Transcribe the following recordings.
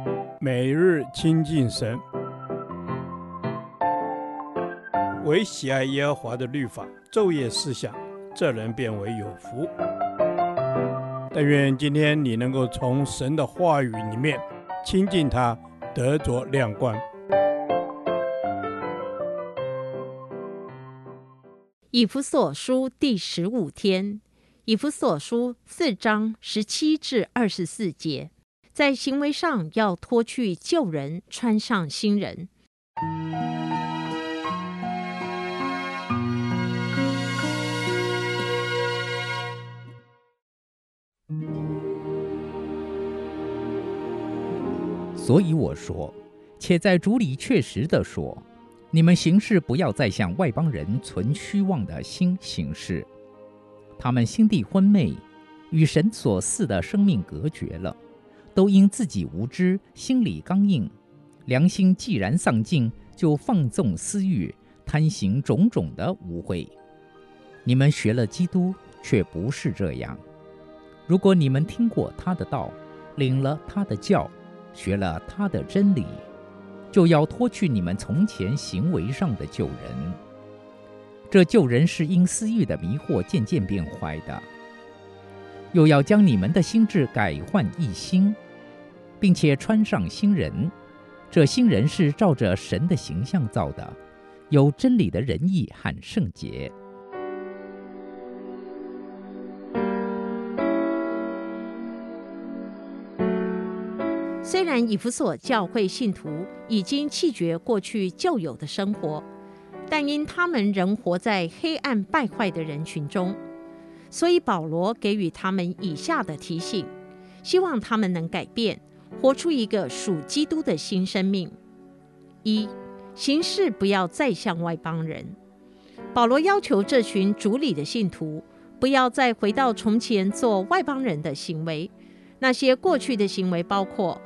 每日亲近神，唯喜爱耶和华的律法，昼夜思想，这人变为有福。但愿今天你能够从神的话语里面亲近他，得着亮光。 以弗所书第15天，以弗所书4章17至24节，在行为上要脱去旧人，穿上新人。 所以我说，且在主里确实地说，你们行事不要再像外邦人存虚妄的心行事，他们心地昏昧，与神所赐的生命隔绝了，都因自己无知，心里刚硬，良心既然丧尽，就放纵私欲，贪行种种的污秽。你们学了基督，却不是这样。如果你们听过他的道，领了他的教，学了他的真理，就要脱去你们从前行为上的旧人。这旧人是因私欲的迷惑渐渐变坏的，又要将你们的心志改换一新，并且穿上新人。这新人是照着神的形象造的，有真理的仁义和圣洁。 虽然以弗所教会信徒已经弃绝过去旧有的生活，但因他们仍活在黑暗败坏的人群中，所以保罗给予他们以下的提醒，希望他们能改变，活出一个属基督的新生命。1. 行事不要再像外邦人。保罗要求这群主里的信徒不要再回到从前做外邦人的行为。那些过去的行为包括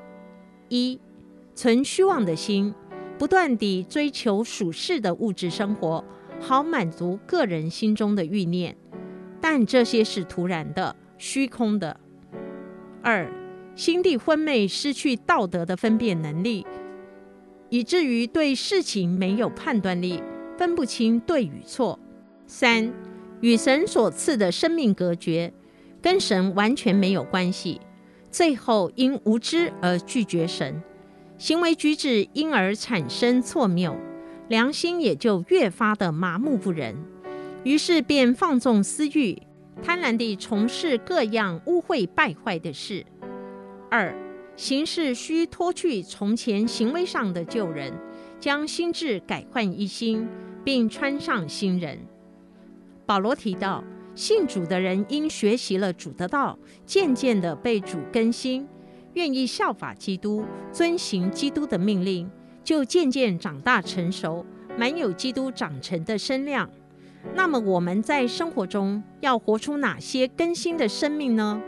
：1. 存虚妄的心，不断地追求属世的物质生活，好满足个人心中的欲念，但这些是徒然的、虚空的。2. 心地昏昧，失去道德的分辨能力，以至于对事情没有判断力，分不清对与错。3. 与神所赐的生命隔绝，跟神完全没有关系，最后因无知而拒绝神，行为举止因而产生错谬，良心也就越发的麻木不仁，于是便放纵私欲，贪婪地从事各样污秽败坏的事。2. 行事需脱去从前行为上的旧人，将心志改换一新，并穿上新人。保罗提到，信主的人因学习了主的道，渐渐地被主更新，愿意效法基督，遵行基督的命令，就渐渐长大成熟，满有基督长成的身量。那么我们在生活中要活出哪些更新的生命呢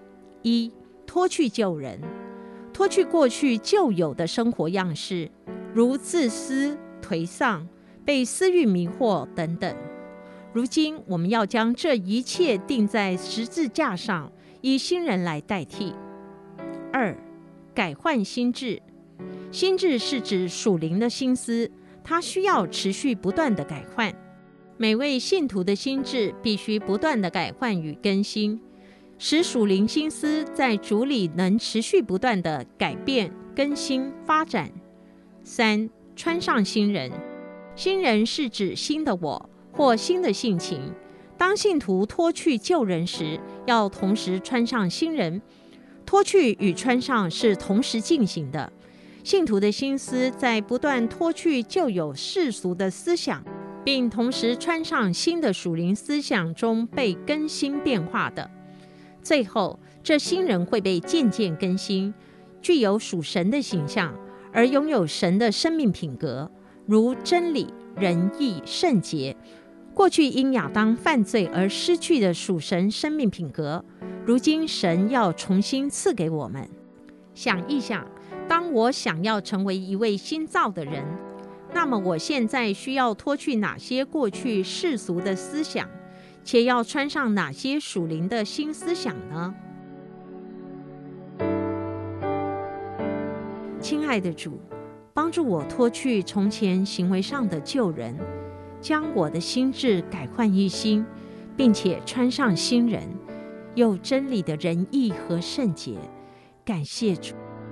？1. 脱去旧人，脱去过去旧有的生活样式，如自私、颓丧、被私欲迷惑等等。如今我们要将这一切钉在十字架上，以新人来代替。2. 改换心智。心智是指属灵的心思，它需要持续不断的改换。每位信徒的心智必须不断的改换与更新，使属灵心思在主里能持续不断的改变、更新、发展。3. 穿上新人。新人是指新的我或新的性情。当信徒脱去旧人时，要同时穿上新人。脱去与穿上是同时进行的。信徒的心思在不断脱去旧有世俗的思想，并同时穿上新的属灵思想中被更新变化的。最后，这新人会被渐渐更新，具有属神的形象，而拥有神的生命品格，如真理、仁义、圣洁。过去因亚当犯罪而失去的属神生命品格，如今神要重新赐给我们。想一想，当我想要成为一位新造的人，那么我现在需要脱去哪些过去世俗的思想，且要穿上哪些属灵的新思想呢？ 亲爱的主，帮助我脱去从前行为上的旧人，将我的心志改换一新，并且穿上新人，有真理的仁义和圣洁。感谢主。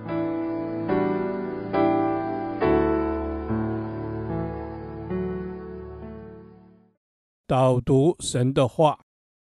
导读神的话，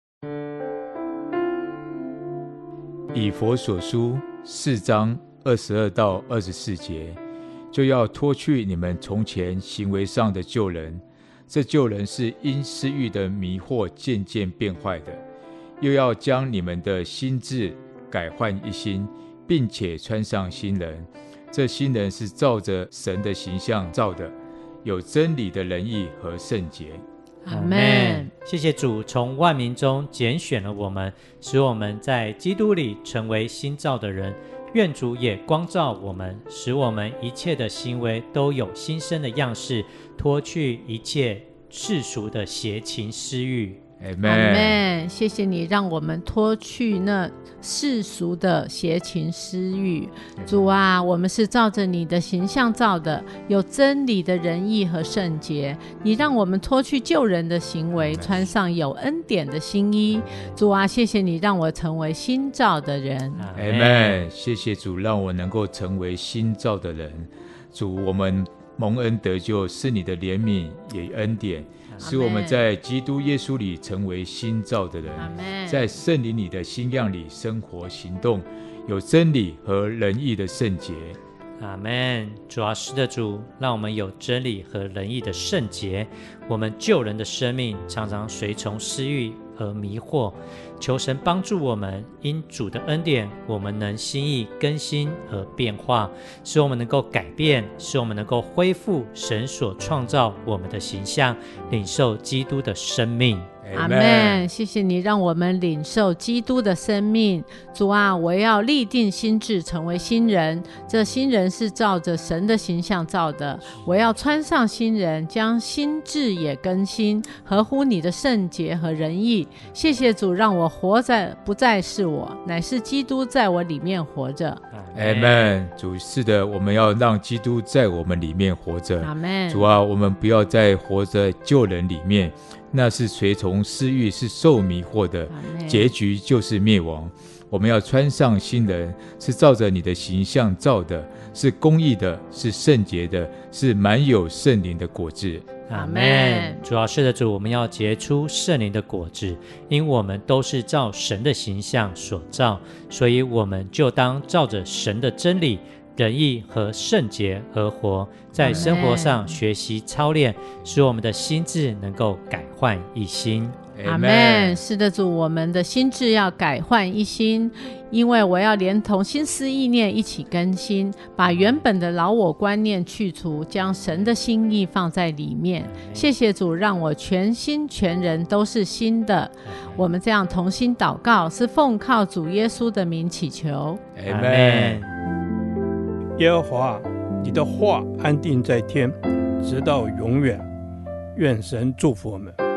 以弗所书4章22到24节，就要脱去你们从前行为上的旧人，这旧人是因私欲的迷惑渐渐变坏的，又要将你们的心志改换一新，并且穿上新人。这新人是照着神的形象造的，有真理的仁义和圣洁。 阿们。谢谢主从万民中拣选了我们，使我们在基督里成为新造的人。愿主也光照我们，使我们一切的行为都有新生的样式，脱去一切世俗的邪情私欲。 阿们。谢谢你让我们脱去那世俗的邪情私欲。主啊，我们是照着你的形象造的，有真理的仁义和圣洁。你让我们脱去旧人的行为，穿上有恩典的新衣。主啊，谢谢你让我成为新造的人。 阿们。谢谢主让我能够成为新造的人。主，我们蒙恩得救是你的怜悯也恩典，使我们在基督耶稣里成为新造的人，在圣灵里的新样里生活行动，有真理和仁义的圣洁。 阿们。主啊，是的主，让我们有真理和仁义的圣洁。我们旧人的生命常常随从私欲而迷惑，求神帮助我们，因主的恩典，我们能心意更新而变化，使我们能够改变，使我们能够恢复神所创造我们的形象，领受基督的生命。 阿们。谢谢你让我们领受基督的生命。主啊，我要立定心志成为新人，这新人是照着神的形象造的。我要穿上新人，将心志也更新，合乎你的圣洁和仁义。谢谢主让我活着不再是我，乃是基督在我里面活着。 阿们。主，是的，我们要让基督在我们里面活着。 阿们。 主啊，我们不要再活在旧人里面，那是随从私欲，是受迷惑的，结局就是灭亡。我们要穿上新人，是照着你的形象造的，是公义的，是圣洁的，是满有圣灵的果子。 阿们。主要是的主，我们要结出圣灵的果子，因我们都是照神的形象所造，所以我们就当照着神的真理、仁义和圣洁而活，在生活上学习操练，使我们的心智能够改换一新。 阿们。是的主，我们的心智要改换一新，因为我要连同心思意念一起更新，把原本的老我观念去除，将神的心意放在里面。谢谢主让我全心全人都是新的。我们这样同心祷告，是奉靠主耶稣的名祈求。 阿们。 耶和华，你的话安定在天，直到永远。愿神祝福我们。